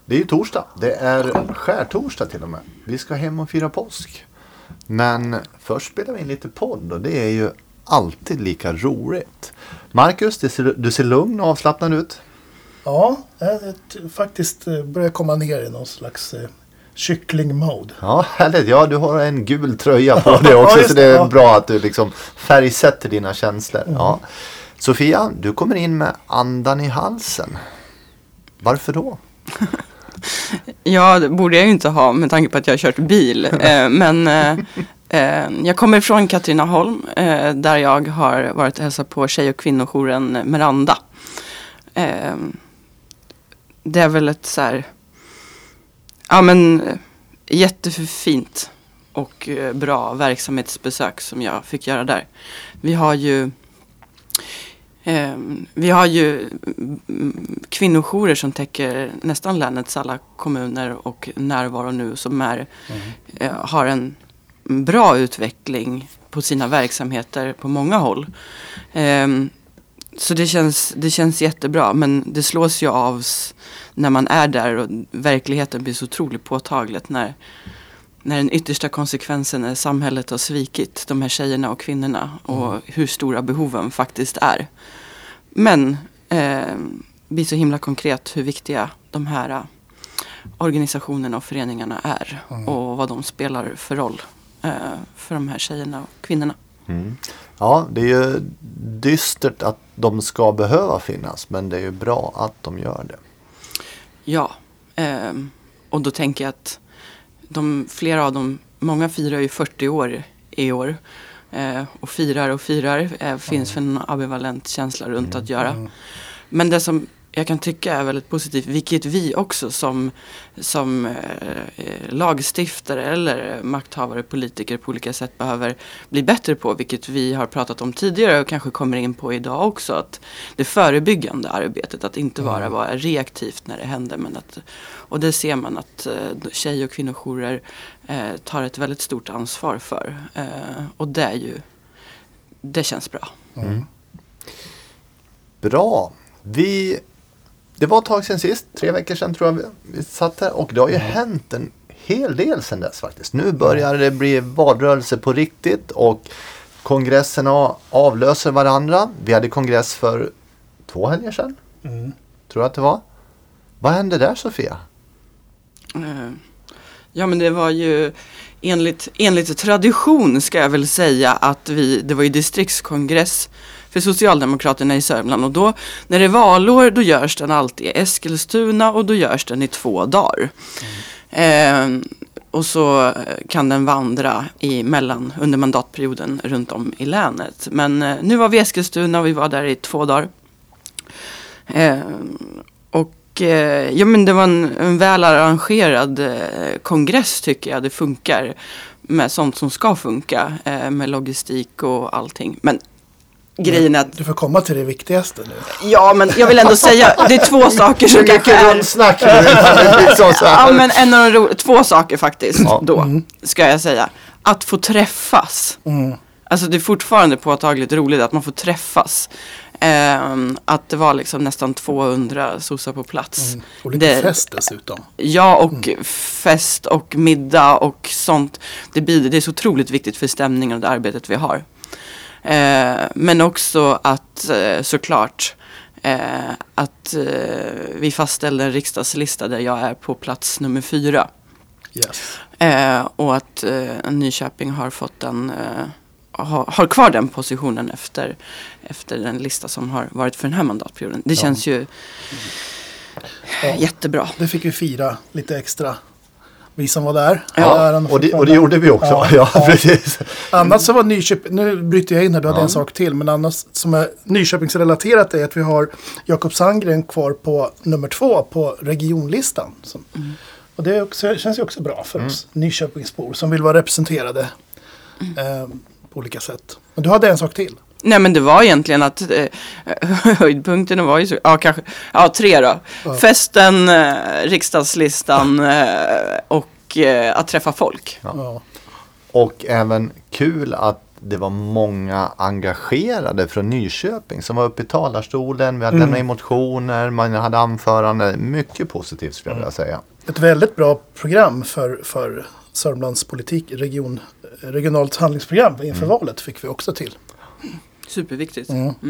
Det är ju torsdag. Det är skärtorsdag till och med. Vi ska hem och fira påsk. Men först spelar vi in lite podd och det är ju alltid lika roligt. Marcus, du ser lugn och avslappnad ut. Ja, jag faktiskt börjar komma ner i någon slags kyckling-mode. Ja, härligt. Ja, du har en gul tröja på dig också så det är bra att du liksom färgsätter dina känslor. Ja. Sofia, du kommer in med andan i halsen. Varför då? Ja, det borde jag ju inte ha med tanke på att jag har kört bil. Men jag kommer från Katrineholm där jag har varit och hälsat på tjej- och kvinnojouren Miranda. Det är väl ett så här, ja men jättefint och bra verksamhetsbesök som jag fick göra där. Vi har ju kvinnojourer som täcker nästan länets alla kommuner och närvaro nu som har en bra utveckling på sina verksamheter på många håll. Så det känns jättebra, men det slås ju av när man är där och verkligheten blir så otroligt påtagligt när den yttersta konsekvensen är samhället har svikit de här tjejerna och kvinnorna och hur stora behoven faktiskt är. Men blir så himla konkret hur viktiga de här organisationerna och föreningarna är och vad de spelar för roll för de här tjejerna och kvinnorna. Mm. Ja, det är ju dystert att de ska behöva finnas, men det är ju bra att de gör det. Ja, och då tänker jag att flera av dem, många firar ju 40 år i år och firar finns för en ambivalent känsla runt att göra. Men det som jag kan tycka är väldigt positivt, vilket vi också som lagstiftare eller makthavare, politiker på olika sätt behöver bli bättre på, vilket vi har pratat om tidigare och kanske kommer in på idag också, att det förebyggande arbetet, att inte bara vara reaktivt när det händer, men och det ser man att tjej- och kvinnojourer tar ett väldigt stort ansvar för, och det känns bra. Bra. Det var ett tag sedan sist, 3 veckor sedan tror jag vi satt här, och det har ju hänt en hel del sedan dess faktiskt. Nu börjar det bli valrörelse på riktigt och kongresserna avlöser varandra. Vi hade kongress för 2 helger sedan, tror jag att det var. Vad hände där, Sofia? Ja, men det var ju enligt tradition ska jag väl säga att det var ju distriktskongress för Socialdemokraterna i Sörmland, och då när det är valår då görs den alltid i Eskilstuna och då görs den i 2 dagar. Och så kan den vandra under mandatperioden runt om i länet. Men nu var vi i Eskilstuna och vi var där i 2 dagar. Ja, men det var en väl arrangerad kongress tycker jag. Det funkar med sånt som ska funka, med logistik och allting. Men grejen är att... Du får komma till det viktigaste nu. Ja, men jag vill ändå säga, det är 2 saker som kanske är... Ja, men 2 saker faktiskt då, ska jag säga. Att få träffas. Alltså det är fortfarande påtagligt roligt att man får träffas. Att det var liksom nästan 200 sossar på plats. Och lite fest dessutom. Ja, och fest och middag och sånt. Det är så otroligt viktigt för stämningen och det arbetet vi har. Men också att såklart att vi fastställde en riksdagslista där jag är på plats nummer 4. Yes. Och att Nyköping har fått har kvar den positionen efter den lista som har varit för den här mandatperioden. Det känns ju jättebra. Det fick vi fira lite extra. Vi som var där. Ja, och det gjorde vi också. Ja, precis. Annars så var Nyköping, nu bryter jag in här, du hade en sak till, men annars som är Nyköpingsrelaterat är att vi har Jakob Sandgren kvar på nummer 2 på regionlistan. Och det känns ju också bra för oss Nyköpingsbor som vill vara representerade på olika sätt. Men du hade en sak till. Nej, men det var egentligen att höjdpunkten var ju så, kanske 3 då. Ja. Festen, riksdagslistan och att träffa folk. Ja. Och även kul att det var många engagerade från Nyköping som var uppe i talarstolen. Vi hade lämnat in motioner, man hade anförande. Mycket positivt skulle jag vilja säga. Ett väldigt bra program för Sörmlands politik, regionalt handlingsprogram inför valet fick vi också till. Superviktigt.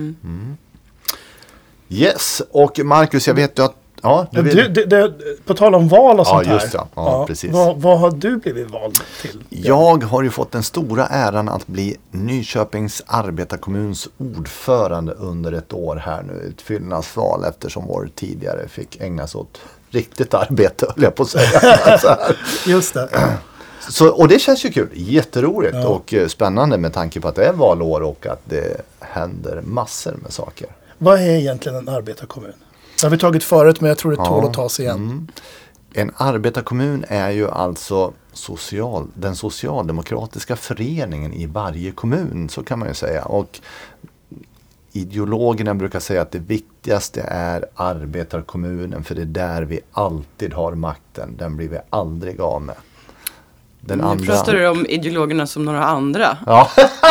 Yes, och Marcus, jag vet ju att... Ja, på tal om val och sånt just här. det. Ja, precis. Vad har du blivit vald till? Jag har ju fått den stora äran att bli Nyköpings arbetarkommuns ordförande under ett år här nu. Ett fyllnadsval eftersom vår tidigare fick ägna sig åt riktigt arbete, höll jag på att säga. Just det. Och det känns ju kul. Jätteroligt och spännande med tanke på att det är valår och att det händer massor med saker. Vad är egentligen en arbetarkommun? Det har vi tagit förut, men jag tror det tål att ta sig igen. En arbetarkommun är ju alltså den socialdemokratiska föreningen i varje kommun, så kan man ju säga. Och ideologerna brukar säga att det viktigaste är arbetarkommunen, för det är där vi alltid har makten. Den blir vi aldrig av med. Nu pratar du om ideologerna som några andra. Ja,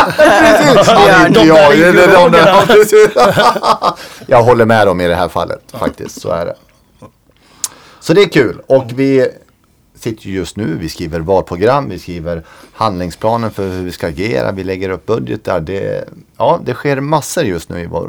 jag håller med dem i det här fallet faktiskt, så är det. Så det är kul, och vi sitter just nu, vi skriver valprogram, vi skriver handlingsplanen för hur vi ska agera, vi lägger upp budgetar. Det sker massor just nu i vår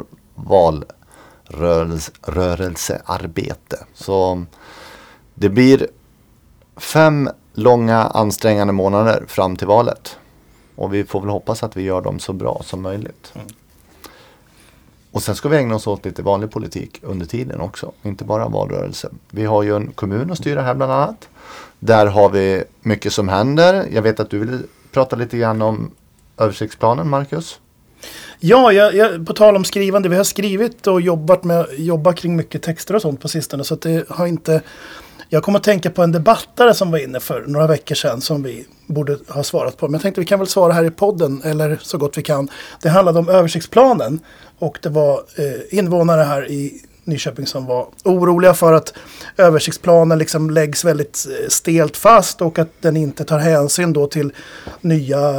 valrörelsearbete. Så det blir 5 långa ansträngande månader fram till valet. Och vi får väl hoppas att vi gör dem så bra som möjligt. Och sen ska vi ägna oss åt lite vanlig politik under tiden också. Inte bara valrörelse. Vi har ju en kommun att styra här bland annat. Där har vi mycket som händer. Jag vet att du vill prata lite grann om översiktsplanen, Marcus. Ja, jag på tal om skrivande. Vi har skrivit och jobbat kring mycket texter och sånt på sistone. Så att det har inte... Jag kommer att tänka på en debattare som var inne för några veckor sedan som vi borde ha svarat på. Men jag tänkte vi kan väl svara här i podden, eller så gott vi kan. Det handlade om översiktsplanen, och det var invånare här i Nyköping som var oroliga för att översiktsplanen liksom läggs väldigt stelt fast och att den inte tar hänsyn då till nya,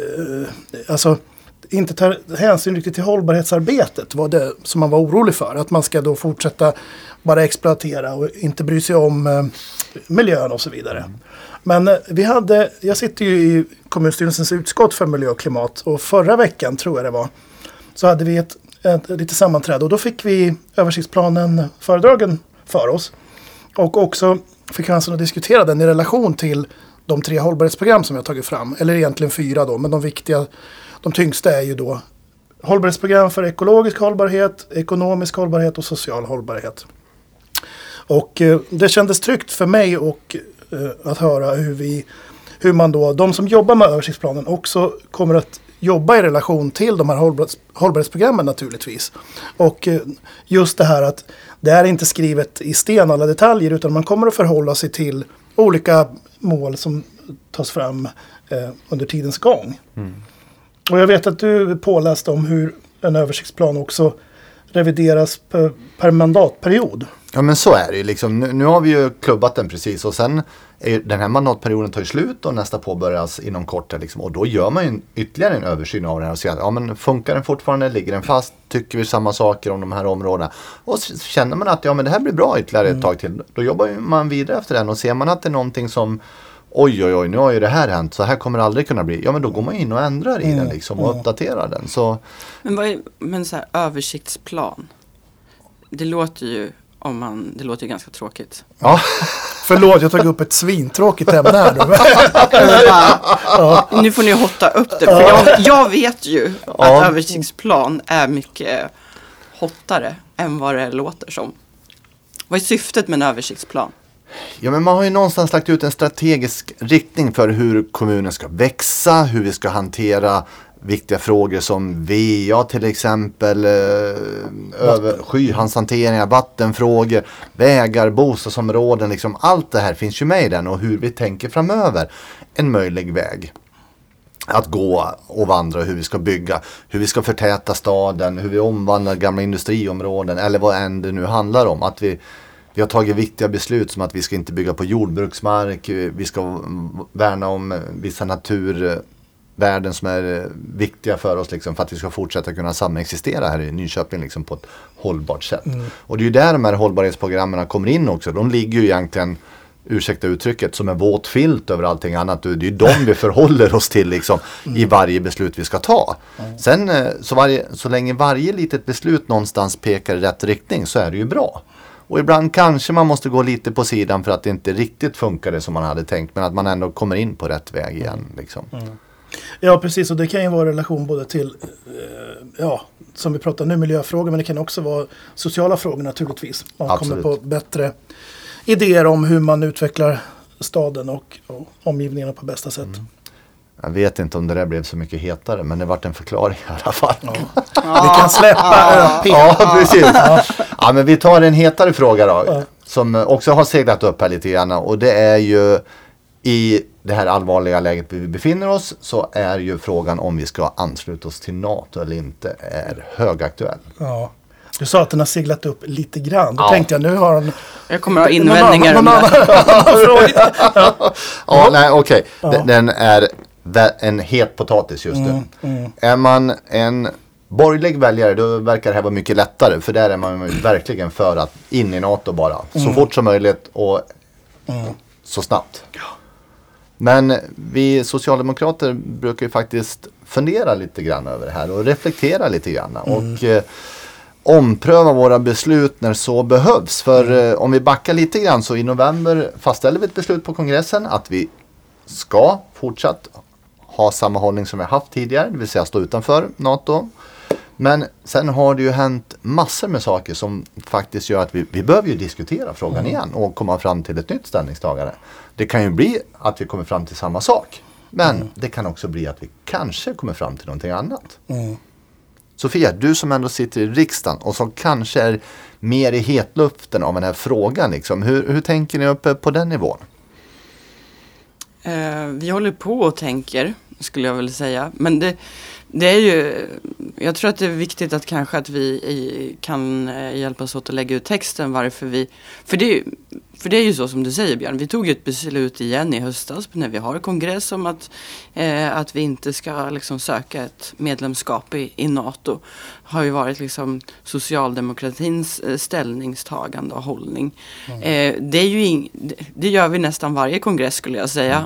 inte tar hänsyn riktigt till hållbarhetsarbetet, var det som man var orolig för. Att man ska då fortsätta bara exploatera och inte bry sig om miljön och så vidare. Men jag sitter ju i kommunstyrelsens utskott för miljö och klimat, och förra veckan tror jag det var, så hade vi ett lite sammanträde, och då fick vi översiktsplanen föredragen för oss. Och också fick chansen att diskutera den i relation till de 3 hållbarhetsprogram som jag tagit fram. Eller egentligen 4 då, men de tyngsta är ju då hållbarhetsprogram för ekologisk hållbarhet, ekonomisk hållbarhet och social hållbarhet. Och det kändes tryggt för mig och att höra hur man då, de som jobbar med översiktsplanen också kommer att jobba i relation till de här hållbarhetsprogrammen naturligtvis. Och just det här att det är inte skrivet i sten alla detaljer, utan man kommer att förhålla sig till olika mål som tas fram under tidens gång. Och jag vet att du påläste om hur en översiktsplan också revideras per mandatperiod. Ja, men så är det ju liksom. Nu har vi ju klubbat den precis, och sen är den här mandatperioden tar slut och nästa påbörjas inom kort liksom, och då gör man ju ytterligare en översyn av den här och ser att men funkar den fortfarande, ligger den fast, tycker vi samma saker om de här områdena, och känner man att men det här blir bra ytterligare ett tag till, då jobbar man vidare efter den, och ser man att det är någonting som oj, nu har ju det här hänt, så här kommer det aldrig kunna bli. Ja, men då går man in och ändrar i den liksom, och uppdaterar den. Så. Men så här, översiktsplan, det låter ju ganska tråkigt. Ja. Förlåt, jag tog upp ett svintråkigt ämne här. Nu får ni hotta upp det, för jag vet ju att översiktsplan är mycket hottare än vad det låter som. Vad är syftet med en översiktsplan? Ja, men man har ju någonstans lagt ut en strategisk riktning för hur kommunen ska växa, hur vi ska hantera viktiga frågor som VA till exempel, skyhandshanteringar, vattenfrågor, vägar, bostadsområden, liksom allt det här finns ju med i den, och hur vi tänker framöver. En möjlig väg att gå och vandra, hur vi ska bygga, hur vi ska förtäta staden, hur vi omvandlar gamla industriområden, eller vad än det nu handlar om. Att vi har tagit viktiga beslut som att vi ska inte bygga på jordbruksmark, vi ska värna om vissa värden som är viktiga för oss liksom, för att vi ska fortsätta kunna samexistera här i Nyköping liksom, på ett hållbart sätt. Och det är ju där de här hållbarhetsprogrammen kommer in också. De ligger ju egentligen, ursäkta uttrycket, som en våt filt över allting annat. Det är ju de vi förhåller oss till liksom, i varje beslut vi ska ta. Sen så länge varje litet beslut någonstans pekar i rätt riktning så är det ju bra. Och ibland kanske man måste gå lite på sidan för att det inte riktigt funkar det som man hade tänkt. Men att man ändå kommer in på rätt väg igen. Liksom. Ja, precis. Och det kan ju vara relation både till, som vi pratar nu, miljöfrågor. Men det kan också vara sociala frågor naturligtvis. Man kommer på bättre idéer om hur man utvecklar staden och omgivningarna på bästa sätt. Jag vet inte om det där blev så mycket hetare, men det vart en förklaring i alla fall. Vi kan släppa ÖP. Ja, precis. Ja, men vi tar en hetare fråga då, som också har seglat upp här lite grann. Och det är ju i det här allvarliga läget vi befinner oss, så är ju frågan om vi ska ansluta oss till NATO eller inte är högaktuell. Ja. Du sa att den har seglat upp lite grann. Då tänkte jag, nu har den... Jag kommer ha invändningar om det. Okej. Den är en het potatis just nu. Är man en borgerlig väljare, då verkar det här vara mycket lättare. För där är man verkligen för att in i NATO bara. Så fort som möjligt och så snabbt. Men vi socialdemokrater brukar ju faktiskt fundera lite grann över det här och reflektera lite grann. Och ompröva våra beslut när så behövs. För om vi backar lite grann, så i november fastställde vi ett beslut på kongressen att vi ska fortsatt ha samma hållning som vi haft tidigare, det vill säga stå utanför NATO. Men sen har det ju hänt massor med saker som faktiskt gör att vi behöver ju diskutera frågan igen och komma fram till ett nytt ställningstagande. Det kan ju bli att vi kommer fram till samma sak, men det kan också bli att vi kanske kommer fram till någonting annat. Sofia, du som ändå sitter i riksdagen och som kanske är mer i hetluften av den här frågan, liksom. Hur tänker ni uppe på den nivån? Vi håller på och tänker, skulle jag vilja säga. Men det är ju, jag tror att det är viktigt att kanske att vi kan hjälpas åt att lägga ut texten varför vi, för det är ju så som du säger, Björn, vi tog ett beslut igen i höstas när vi har kongress om att vi inte ska liksom söka ett medlemskap i NATO. Har ju varit liksom socialdemokratins ställningstagande och hållning. Det är ju det gör vi nästan varje kongress, skulle jag säga.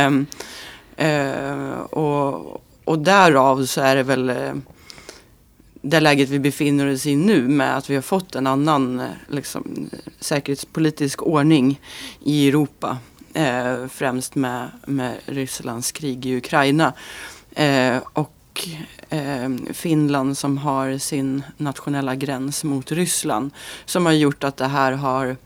Och därav så är det väl det läget vi befinner oss i nu, med att vi har fått en annan liksom, säkerhetspolitisk ordning i Europa. Främst med Rysslands krig i Ukraina. Och Finland som har sin nationella gräns mot Ryssland. Som har gjort att det här har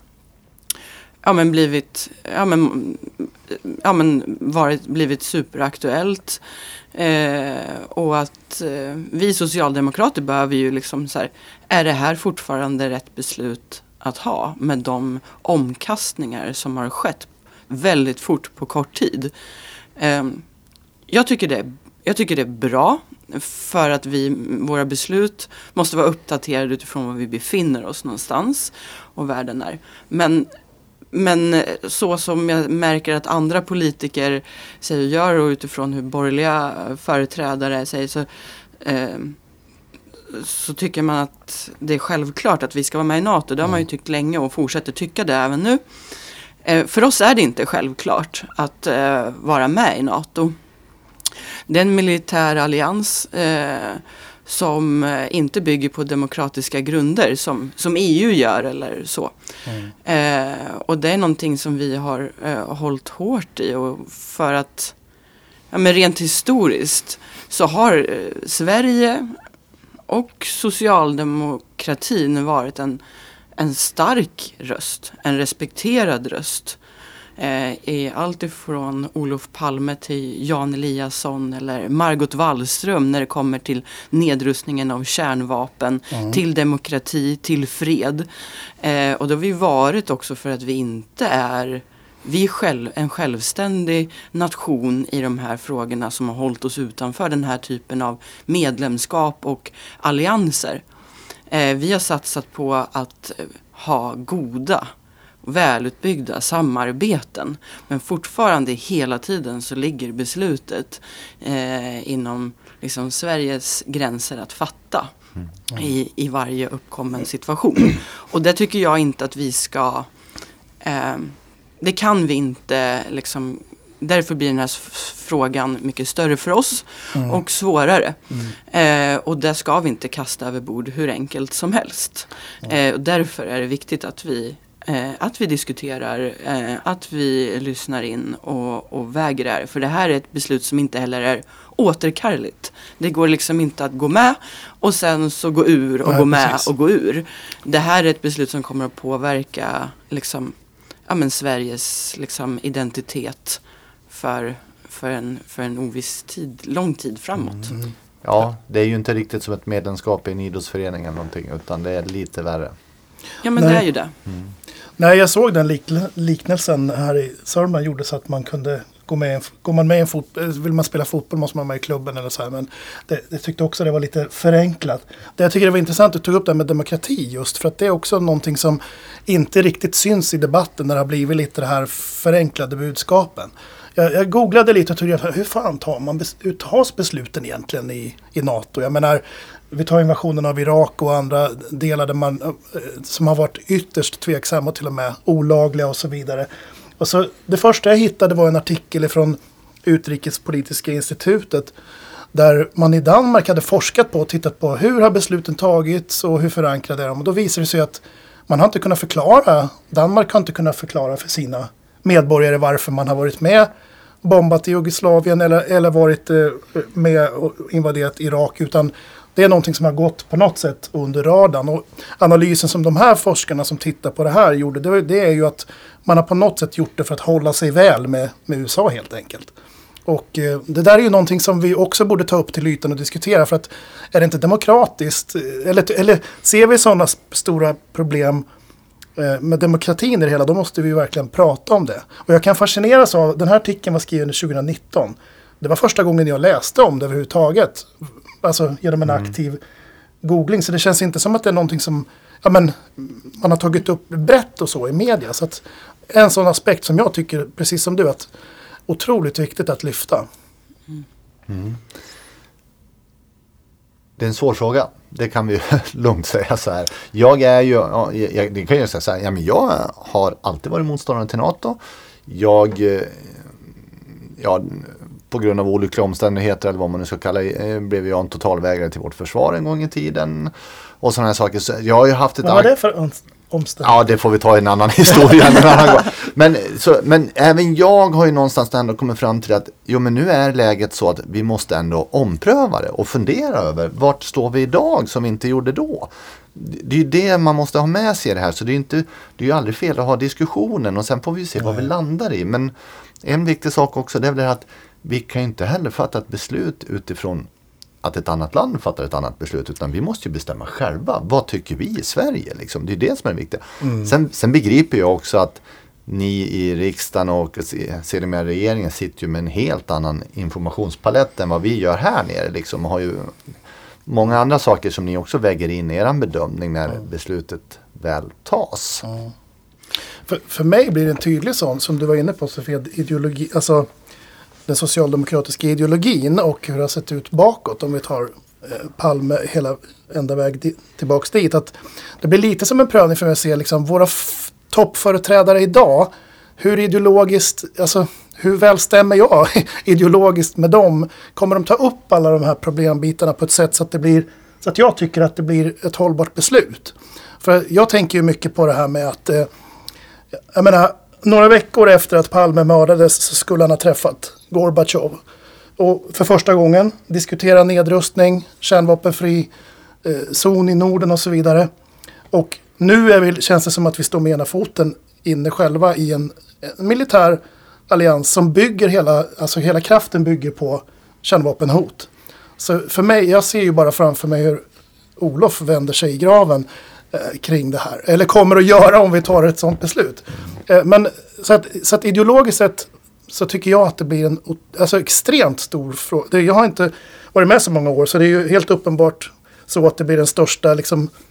blivit superaktuellt. Och att vi socialdemokrater behöver ju liksom så här, är det här fortfarande rätt beslut att ha med de omkastningar som har skett väldigt fort på kort tid? Jag tycker det är bra, för att våra beslut måste vara uppdaterade utifrån var vi befinner oss någonstans och världen är. Men så som jag märker att andra politiker säger och gör, och utifrån hur borgerliga företrädare säger, så tycker man att det är självklart att vi ska vara med i NATO. Det har man ju tyckt länge och fortsätter tycka det även nu. För oss är det inte självklart att vara med i NATO. Det är en militär allians som inte bygger på demokratiska grunder som EU gör eller så. Och det är någonting som vi har hållit hårt i, och för att men rent historiskt så har Sverige och socialdemokratin varit en stark röst, en respekterad röst. I allt ifrån Olof Palme till Jan Eliasson eller Margot Wallström när det kommer till nedrustningen av kärnvapen, till demokrati, till fred. Och då har vi varit också för att vi inte är en självständig nation i de här frågorna som har hållit oss utanför den här typen av medlemskap och allianser. Vi har satsat på att ha goda välutbyggda samarbeten. Men fortfarande hela tiden så ligger beslutet inom liksom Sveriges gränser att fatta i varje uppkommen situation. Och det tycker jag inte att vi ska... det kan vi inte liksom... Därför blir den här frågan mycket större för oss och svårare. Och det ska vi inte kasta över bord hur enkelt som helst. Och därför är det viktigt att vi diskuterar, att vi lyssnar in och väger det här. För det här är ett beslut som inte heller är återkallligt. Det går liksom inte att gå med och sen så gå ur och gå med och gå ur. Det här är ett beslut som kommer att påverka liksom, Sveriges liksom, identitet för en oviss tid, lång tid framåt. Ja, det är ju inte riktigt som ett medlemskap i en idrottsförening eller någonting, utan det är lite värre. Ja, men det är ju det. Nej, jag såg den liknelsen här i Sörmland gjorde så att man kunde går man med i en vill man spela fotboll måste man vara med i klubben eller så här, men det tyckte också det var lite förenklat. Det jag tycker det var intressant att du tog upp det med demokrati just för att det är också någonting som inte riktigt syns i debatten när det har blivit lite det här förenklade budskapen. Jag googlade lite och tog reda på hur fan tas besluten egentligen i NATO. Jag menar, vi tar invasionen av Irak och andra delar där som har varit ytterst tveksamma och till och med olagliga och så vidare. Och så, det första jag hittade var en artikel från Utrikespolitiska institutet där man i Danmark hade forskat på och tittat på hur har besluten tagits och hur förankrade är de. Och då visar det sig att Danmark har inte kunnat förklara för sina medborgare varför man har varit med bombat i Jugoslavien eller varit med och invaderat Irak, utan det är någonting som har gått på något sätt under radarn. Och analysen som de här forskarna som tittar på det här gjorde, det är ju att man har på något sätt gjort det för att hålla sig väl med USA helt enkelt. Och det där är ju någonting som vi också borde ta upp till ytan och diskutera, för att är det inte demokratiskt eller ser vi sådana stora problem med demokratin i det hela, då måste vi verkligen prata om det. Och jag kan fascineras av, den här artikeln var skriven 2019. Det var första gången jag läste om det överhuvudtaget. Alltså genom en aktiv googling. Så det känns inte som att det är någonting som man har tagit upp brett och så i media. Så att en sån aspekt som jag tycker, precis som du, att otroligt viktigt att lyfta. Det är en svår fråga. Det kan vi lugnt säga så här. Jag är ju, det kan jag säga så här, jag har alltid varit motståndare till NATO. På grund av olyckliga omständigheter eller vad man nu ska kalla det, blev jag en totalvägrare till vårt försvar en gång i tiden. Och sådana här saker. Så jag har ju haft ett... Vad var det för omständigheter? Ja, det får vi ta i en annan historia en annan gång. Men även jag har ju någonstans ändå kommit fram till att men nu är läget så att vi måste ändå ompröva det och fundera över vart står vi idag som vi inte gjorde då. Det är ju det man måste ha med sig i det här. Så det är ju aldrig fel att ha diskussionen och sen får vi se vad vi landar i. Men en viktig sak också, det är väl att vi kan ju inte heller fatta ett beslut utifrån att ett annat land fattar ett annat beslut, utan vi måste ju bestämma själva. Vad tycker vi i Sverige? Liksom? Det är det som är viktigt. Sen begriper jag också att ni i riksdagen och sedermera regeringen sitter ju med en helt annan informationspalett än vad vi gör här nere. Liksom, och har ju många andra saker som ni också väger in i er bedömning när beslutet väl tas. För mig blir det en tydlig sån, som du var inne på, Sofia, ideologi, alltså den socialdemokratiska ideologin och hur det har sett ut bakåt, om vi tar Palme hela ända väg tillbaks dit, att det blir lite som en prövning för mig att se liksom, våra toppföreträdare idag, hur ideologiskt, alltså hur väl stämmer jag ideologiskt med dem? Kommer de ta upp alla de här problembitarna på ett sätt så att jag tycker att det blir ett hållbart beslut? För jag tänker ju mycket på det här med att jag menar, några veckor efter att Palme mördades så skulle han ha träffat Gorbachev. Och för första gången diskutera nedrustning, kärnvapenfri zon i Norden och så vidare. Och nu känns det som att vi står med ena foten inne själva i en militär allians som bygger hela kraften bygger på kärnvapenhot. Så för mig, jag ser ju bara framför mig hur Olof vänder sig i graven kring det här. Eller kommer att göra om vi tar ett sådant beslut. Men så att ideologiskt sett så tycker jag att det blir en extremt stor fråga. Jag har inte varit med så många år, så det är ju helt uppenbart så att det blir den största liksom,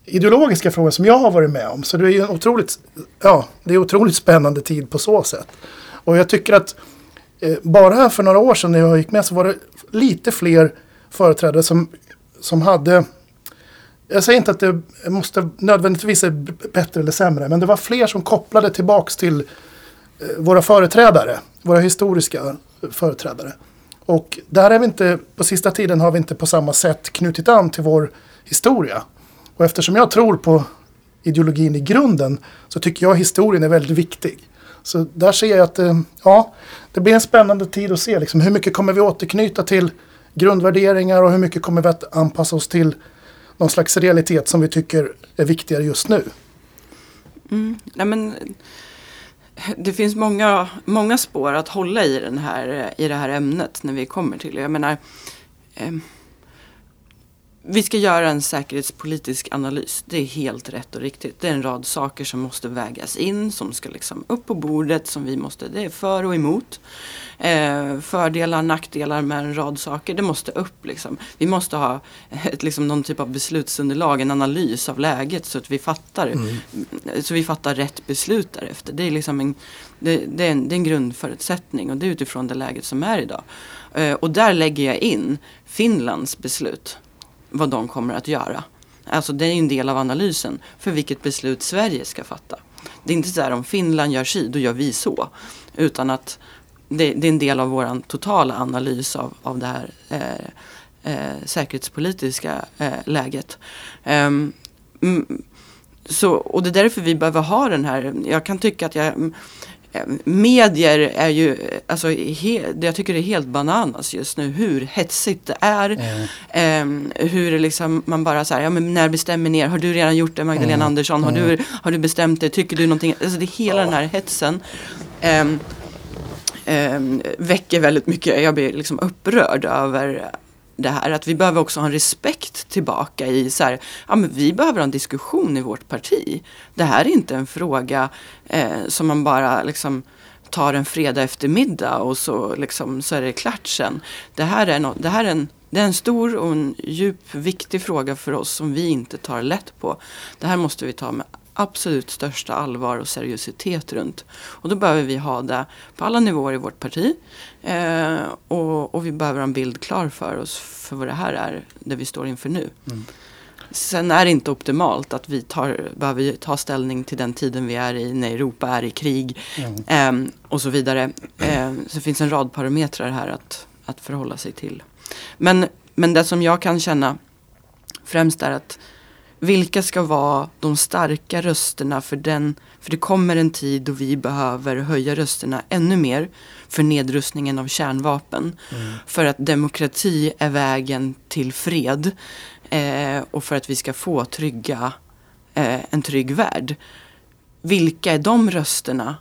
ideologiska frågor som jag har varit med om. Så det är ju det är otroligt spännande tid på så sätt. Och jag tycker att bara här för några år sedan när jag gick med så var det lite fler företrädare som hade, jag säger inte att det måste nödvändigtvis är bättre eller sämre, men det var fler som kopplade tillbaks till våra företrädare, våra historiska företrädare. Och där är vi inte, på sista tiden har vi inte på samma sätt knutit an till vår historia. Och eftersom jag tror på ideologin i grunden så tycker jag historien är väldigt viktig. Så där ser jag att det blir en spännande tid att se liksom, hur mycket kommer vi återknyta till grundvärderingar och hur mycket kommer vi att anpassa oss till någon slags realitet som vi tycker är viktigare just nu. Ja, men det finns många spår att hålla i det här ämnet när vi kommer till det. Jag menar, vi ska göra en säkerhetspolitisk analys. Det är helt rätt och riktigt. Det är en rad saker som måste vägas in, som ska liksom upp på bordet, som vi måste, det är för och emot. Fördelar, nackdelar med en rad saker. Det måste upp liksom. Vi måste ha någon typ av beslutsunderlag, en analys av läget så att vi fattar rätt beslut därefter. Det är liksom det är en grundförutsättning och det är utifrån det läget som är idag. Och där lägger jag in Finlands beslut. Vad de kommer att göra. Alltså det är en del av analysen för vilket beslut Sverige ska fatta. Det är inte så här om Finland gör si, då gör vi så. Utan att det är en del av vår totala analys av det här säkerhetspolitiska läget. Och det är därför vi behöver ha den här, jag kan tycka att medier är ju, alltså jag tycker det är helt bananas just nu hur hetsigt det är. Hur liksom man bara så här, men när bestämmer ni er? Har du redan gjort det, Magdalena Andersson? Har du bestämt det? Tycker du någonting? Alltså det hela den här hetsen väcker väldigt mycket, jag blir liksom upprörd över det här, att vi behöver också ha en respekt tillbaka i så här, men vi behöver ha en diskussion i vårt parti. Det här är inte en fråga som man bara liksom tar en fredag eftermiddag och så är det klart sen. Det är en stor och en djup, viktig fråga för oss som vi inte tar lätt på. Det här måste vi ta med absolut största allvar och seriositet runt. Och då behöver vi ha det på alla nivåer i vårt parti. Och vi behöver ha en bild klar för oss för vad det här är, det vi står inför nu. Sen är det inte optimalt att vi behöver ta ställning till den tiden vi är i när Europa är i krig och så vidare. Så det finns en rad parametrar här att förhålla sig till. Men det som jag kan känna främst är att vilka ska vara de starka rösterna för det kommer en tid då vi behöver höja rösterna ännu mer för nedrustningen av kärnvapen. För att demokrati är vägen till fred och för att vi ska få en trygg värld. Vilka är de rösterna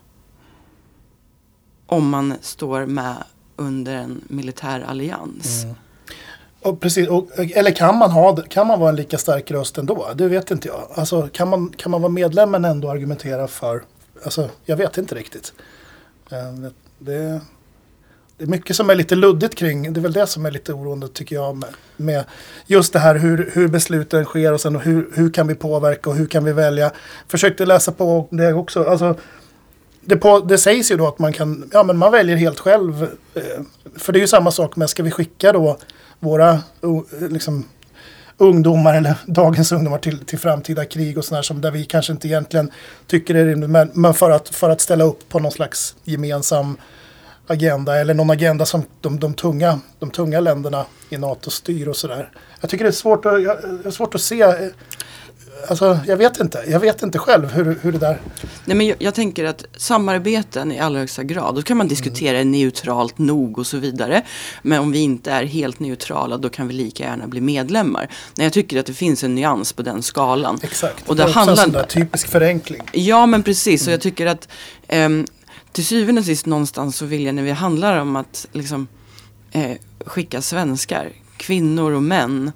om man står med under en militär allians? Och precis, eller kan man vara en lika stark röst ändå? Det vet inte jag. Alltså, kan man vara medlem men ändå argumentera för? Alltså, jag vet inte riktigt. Det är mycket som är lite luddigt kring. Det är väl det som är lite oroande tycker jag med just det här hur besluten sker och sen hur kan vi påverka och hur kan vi välja. Försökte läsa på det också. Alltså, det sägs ju då att man kan, men man väljer helt själv. För det är ju samma sak med, ska vi skicka då våra ungdomar eller dagens ungdomar till framtida krig och sådär som där vi kanske inte egentligen tycker det är rimligt, men för att ställa upp på någon slags gemensam agenda eller någon agenda som de tunga länderna i NATO styr och sådär. Jag tycker det är svårt att se. Alltså, jag vet inte själv hur det där... Nej, men jag tänker att samarbeten i allra högsta grad, då kan man diskutera neutralt nog och så vidare. Men om vi inte är helt neutrala, då kan vi lika gärna bli medlemmar. Nej, jag tycker att det finns en nyans på den skalan. Exakt, och det handlar också en sån där typisk förenkling. Ja, men precis. Och jag tycker att till syvende och sist någonstans så vill jag, när vi handlar om att skicka svenskar, kvinnor och män,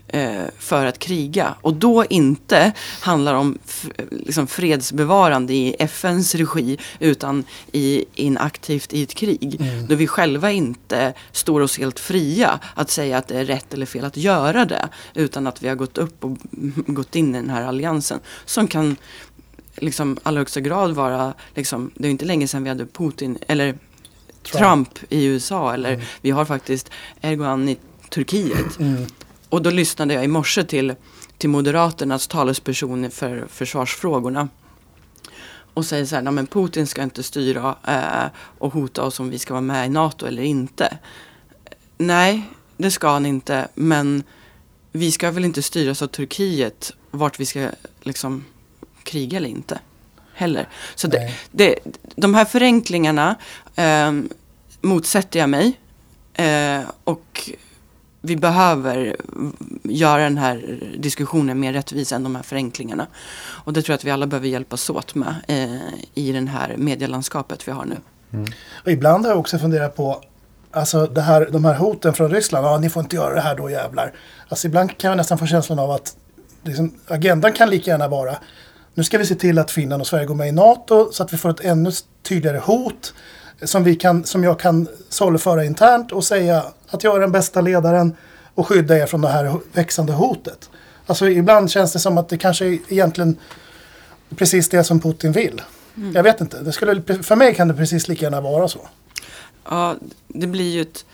för att kriga. Och då inte handlar om liksom fredsbevarande i FNs regi utan inaktivt i ett krig. Då vi själva inte står oss helt fria att säga att det är rätt eller fel att göra det. Utan att vi har gått upp och gått in i den här alliansen som kan liksom allra högsta grad vara, liksom, det är inte länge sedan vi hade Putin eller Trump i USA eller vi har faktiskt Erdogan i Turkiet. Och då lyssnade jag i morse till Moderaternas talesperson för försvarsfrågorna och säger så här, men Putin ska inte styra och hota oss om vi ska vara med i NATO eller inte. Nej, det ska han inte, men vi ska väl inte styras av Turkiet vart vi ska liksom kriga eller inte heller. Så de här förenklingarna motsätter jag mig och vi behöver göra den här diskussionen mer rättvis än de här förenklingarna. Och det tror jag att vi alla behöver hjälpas åt med i den här medielandskapet vi har nu. Och ibland har jag också funderat på alltså de här hoten från Ryssland. Ni får inte göra det här då jävlar. Alltså ibland kan jag nästan få känslan av att liksom, agendan kan lika gärna vara nu ska vi se till att Finland och Sverige går med i NATO så att vi får ett ännu tydligare hot som jag kan saluföra internt och säga att jag är den bästa ledaren och skydda er från det här växande hotet. Alltså ibland känns det som att det kanske är egentligen precis det som Putin vill. Jag vet inte. För mig kan det precis lika gärna vara så. Ja, det blir ju ett...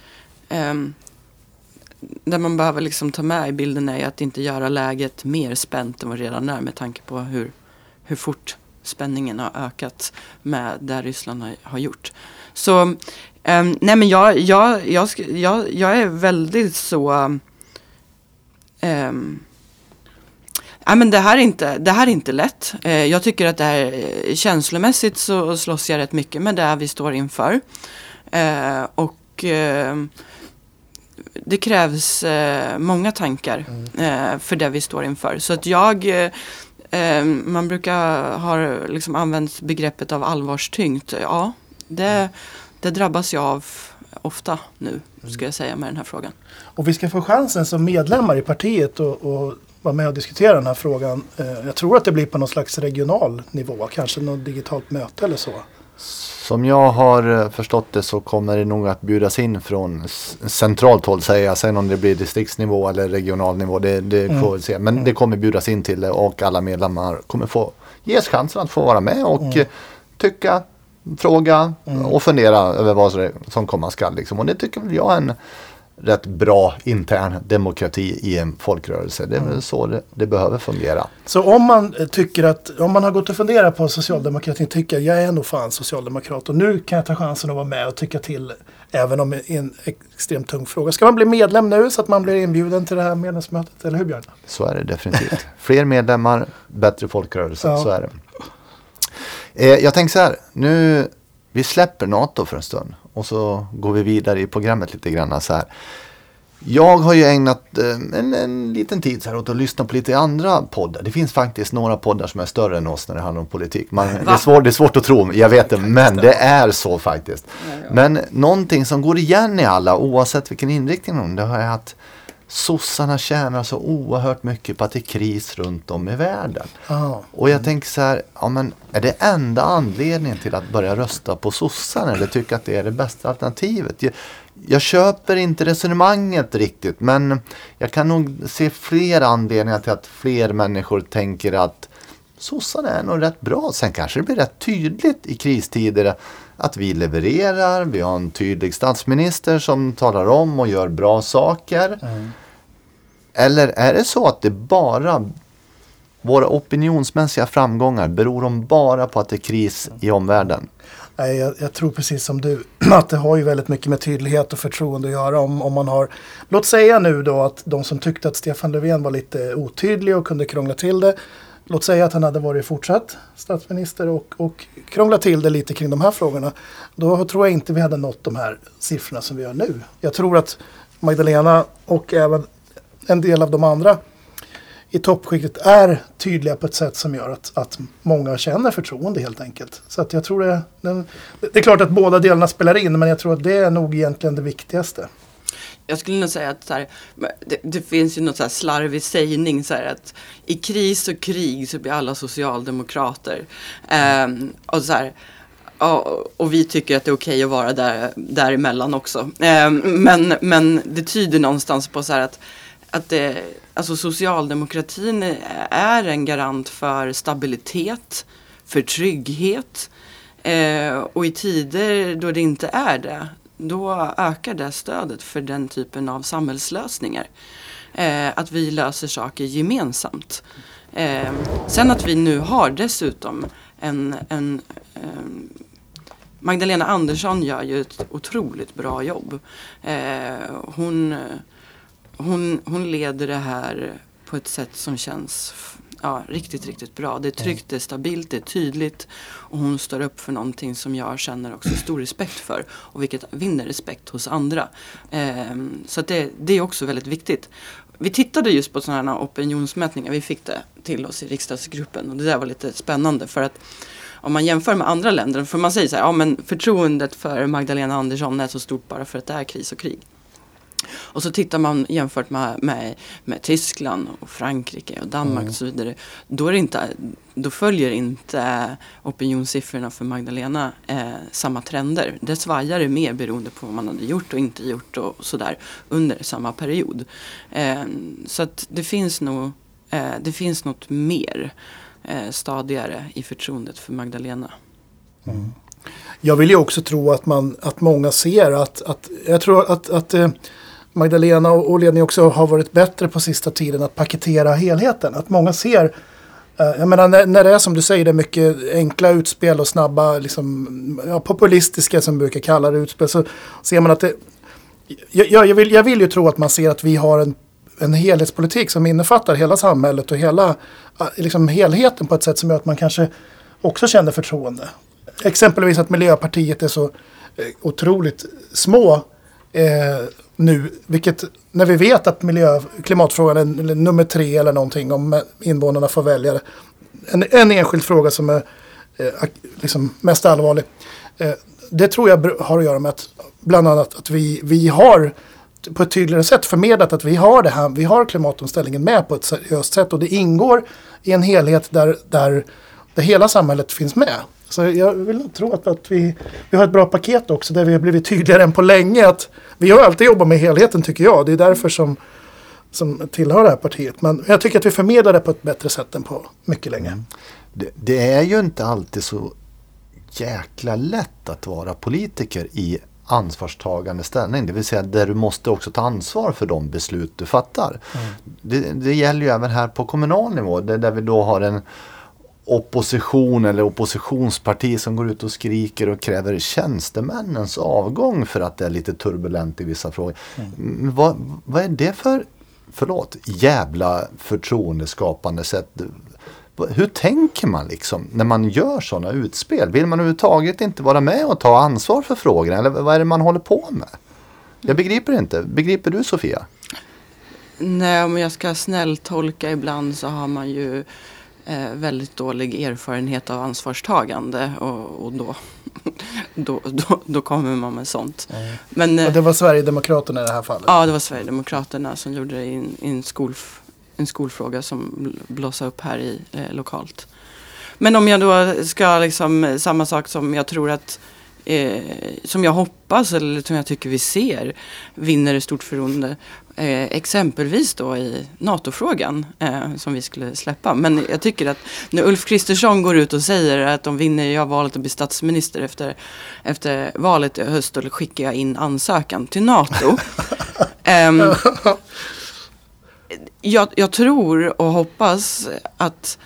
där man behöver liksom ta med i bilden är att inte göra läget mer spänt än vad det redan är med tanke på hur fort spänningen har ökat med det Ryssland har gjort. Så nej men jag är väldigt så men det här är inte lätt. Jag tycker att det här känslomässigt så slåss jag rätt mycket med det vi står inför. Och det krävs många tankar för det vi står inför. Så att man brukar ha liksom använt begreppet av allvarstyngt. Ja, det drabbas jag av ofta nu, ska jag säga, med den här frågan. Och vi ska få chansen som medlemmar i partiet och vara med och diskutera den här frågan. Jag tror att det blir på någon slags regional nivå, kanske något digitalt möte eller så. Som jag har förstått det så kommer det nog att bjudas in från centralt håll, sen om det blir distriktsnivå eller regional nivå, det får vi se. Men det kommer bjudas in till det och alla medlemmar kommer få ges chansen att få vara med och tycka, fråga och fundera över vad som komma skall. Liksom. Och det tycker jag är en rätt bra intern demokrati i en folkrörelse. Det är väl så det behöver fungera. Så om man har gått och funderat på socialdemokratin, tycker jag är nog fan socialdemokrat och nu kan jag ta chansen att vara med och tycka till även om det är en extremt tung fråga. Ska man bli medlem nu så att man blir inbjuden till det här medlemsmötet, eller hur Björn? Så är det definitivt. Fler medlemmar, bättre folkrörelse, så är det. Jag tänker så här, vi släpper NATO för en stund och så går vi vidare i programmet lite grann så här. Jag har ju ägnat en liten tid så här åt att lyssna på lite andra poddar. Det finns faktiskt några poddar som är större än oss när det handlar om politik. Det är svårt att tro, jag vet det, men det är så faktiskt. Men någonting som går igen i alla, oavsett vilken inriktning det har jag att sossarna tjänar så oerhört mycket på att det är kris runt om i världen. Och jag tänker så här, är det enda anledningen till att börja rösta på sossarna eller tycka att det är det bästa alternativet? Jag köper inte resonemanget riktigt, men jag kan nog se fler anledningar till att fler människor tänker att sossarna är nog rätt bra. Sen kanske det blir rätt tydligt i kristider att vi levererar, vi har en tydlig statsminister som talar om och gör bra saker. Eller är det så att det bara våra opinionsmässiga framgångar beror de bara på att det är kris i omvärlden? Nej, jag tror precis som du att det har ju väldigt mycket med tydlighet och förtroende att göra om man har, låt säga nu då att de som tyckte att Stefan Löfven var lite otydlig och kunde krångla till det, låt säga att han hade varit fortsatt statsminister och krånglat till det lite kring de här frågorna, då tror jag inte vi hade nått de här siffrorna som vi gör nu. Jag tror att Magdalena och även en del av de andra i toppskiktet är tydliga på ett sätt som gör att många känner förtroende helt enkelt. Så att jag tror det är klart att båda delarna spelar in, men jag tror att det är nog egentligen det viktigaste. Jag skulle nog säga att så här, det finns ju något så här slarvig sägning så här, att i kris och krig så blir alla socialdemokrater. Och så här, och vi tycker att det är okej att vara däremellan också. Men det tyder någonstans på så här att alltså socialdemokratin är en garant för stabilitet, för trygghet. Och i tider då det inte är det, då ökar det stödet för den typen av samhällslösningar. Att vi löser saker gemensamt. Sen att vi nu har dessutom Magdalena Andersson gör ju ett otroligt bra jobb. Hon leder det här på ett sätt som känns riktigt, riktigt bra. Det är tryggt, det är stabilt, det är tydligt. Och hon står upp för någonting som jag känner också stor respekt för. Och vilket vinner respekt hos andra. Så att det är också väldigt viktigt. Vi tittade just på sådana här opinionsmätningar. Vi fick det till oss i riksdagsgruppen. Och det där var lite spännande. För att om man jämför med andra länder. För man säger så här, men förtroendet för Magdalena Andersson är så stort bara för att det är kris och krig. Och så tittar man jämfört med Tyskland och Frankrike och Danmark och så vidare. Då följer inte opinionssiffrorna för Magdalena samma trender. Det svajar det mer beroende på vad man hade gjort och inte gjort och sådär under samma period. Så att det finns något mer stadigare i förtroendet för Magdalena. Mm. Jag vill ju också tro att många ser att jag tror att Magdalena och ledningen också har varit bättre på sista tiden att paketera helheten. Att många ser, jag menar när det är som du säger, det är mycket enkla utspel och snabba, liksom, populistiska som brukar kalla det utspel, så ser man att det, jag vill ju tro att man ser att vi har en helhetspolitik som innefattar hela samhället och hela liksom helheten på ett sätt som gör att man kanske också känner förtroende. Exempelvis att Miljöpartiet är så otroligt små nu, vilket när vi vet att klimatfrågan är nummer 3 eller någonting, om invånarna får välja en enskild fråga som är liksom mest allvarlig. Det tror jag har att göra med att bland annat att vi har på ett tydligare sätt förmedlat att vi har klimatomställningen med på ett seriöst sätt, och det ingår i en helhet där hela samhället finns med. Så jag vill tro att vi har ett bra paket också där vi har blivit tydligare än på länge. Att vi har alltid jobbat med helheten, tycker jag. Det är därför som tillhör det här partiet. Men jag tycker att vi förmedlar det på ett bättre sätt än på mycket länge. Det är ju inte alltid så jäkla lätt att vara politiker i ansvarstagande ställning. Det vill säga där du måste också ta ansvar för de beslut du fattar. Det gäller ju även här på kommunal nivå. Där vi då har en opposition eller oppositionsparti som går ut och skriker och kräver tjänstemännens avgång för att det är lite turbulent i vissa frågor. Vad är det för jävla förtroendeskapande sätt? Hur tänker man liksom när man gör sådana utspel? Vill man överhuvudtaget inte vara med och ta ansvar för frågorna? Eller vad är det man håller på med? Jag begriper inte. Begriper du, Sofia? Nej, om jag ska snälltolka ibland så har man ju väldigt dålig erfarenhet av ansvarstagande och då kommer man med sånt. Men, och det var Sverigedemokraterna i det här fallet? Ja, det var Sverigedemokraterna som gjorde det i en skolfråga som blossade upp här lokalt. Men om jag då ska liksom, samma sak som jag tror att som jag hoppas eller som jag tycker vi ser vinner ett stort förtroende, exempelvis då i NATO-frågan som vi skulle släppa. Men jag tycker att när Ulf Kristersson går ut och säger att de vinner jag valet att bli statsminister efter valet i höst, då skickar jag in ansökan till NATO. Jag tror och hoppas att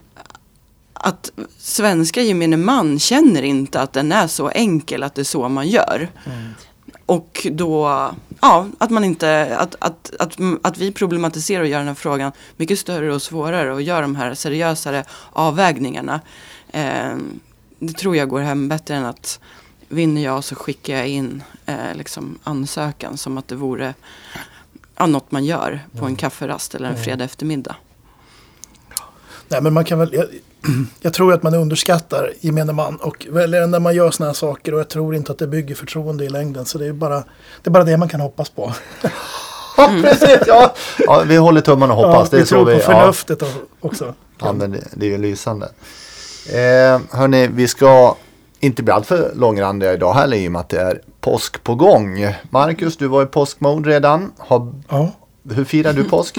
svenska gemene man känner inte att den är så enkel att det är så man gör. Och då, att man inte, att vi problematiserar och gör den här frågan mycket större och svårare och gör de här seriösare avvägningarna. Det tror jag går hem bättre än att vinner jag så skickar jag in liksom ansökan som att det vore något man gör på en kafferast eller en fredag eftermiddag. Nej, men man kan väl, jag tror att man underskattar gemene man och när man gör såna här saker, och jag tror inte att det bygger förtroende i längden, så det är bara det man kan hoppas på. Ja, precis. Ja. Ja, vi håller tummarna och hoppas. Ja, det vi tror på förnuftet också. Ja, men det är ju lysande. Hörni, vi ska inte bli allt för långrandiga idag heller i och med att det är påsk på gång. Marcus, du var i påskmode redan. Hur firar du påsk?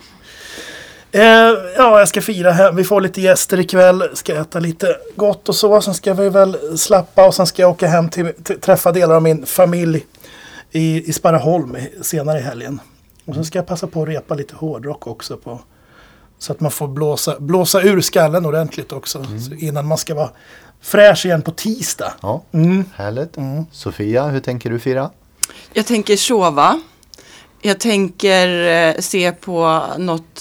Jag ska fira här. Vi får lite gäster ikväll. Ska äta lite gott och så. Sen ska vi väl slappa och sen ska jag åka hem till träffa delar av min familj i Sparreholm senare i helgen. Och sen ska jag passa på att repa lite hårdrock också så att man får blåsa ur skallen ordentligt också innan man ska vara fräsch igen på tisdag. Ja, härligt. Sofia, hur tänker du fira? Jag tänker sova. Jag tänker se på något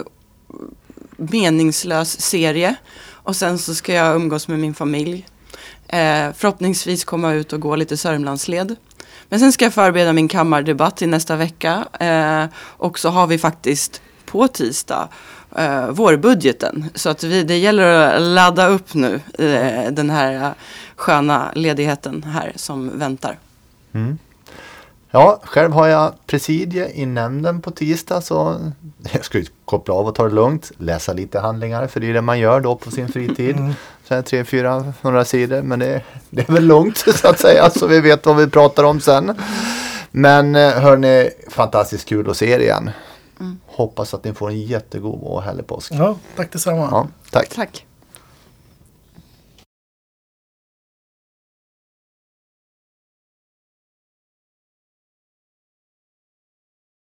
meningslös serie. Och sen så ska jag umgås med min familj. Förhoppningsvis komma ut och gå lite Sörmlandsled. Men sen ska jag förbereda min kammardebatt i nästa vecka. Och så har vi faktiskt på tisdag vårbudgeten. Så att det gäller att ladda upp nu den här sköna ledigheten här som väntar. Ja, själv har jag presidie i nämnden på tisdag, så jag ska koppla av och ta det lugnt, läsa lite handlingar, för det är det man gör då på sin fritid. Så är 300-400 sidor, men det är väl lugnt så att säga, så vi vet vad vi pratar om sen. Men hörni, fantastiskt kul att se er igen. Hoppas att ni får en jättegod och härlig påsk. Ja, tack detsamma. Ja, tack. Tack.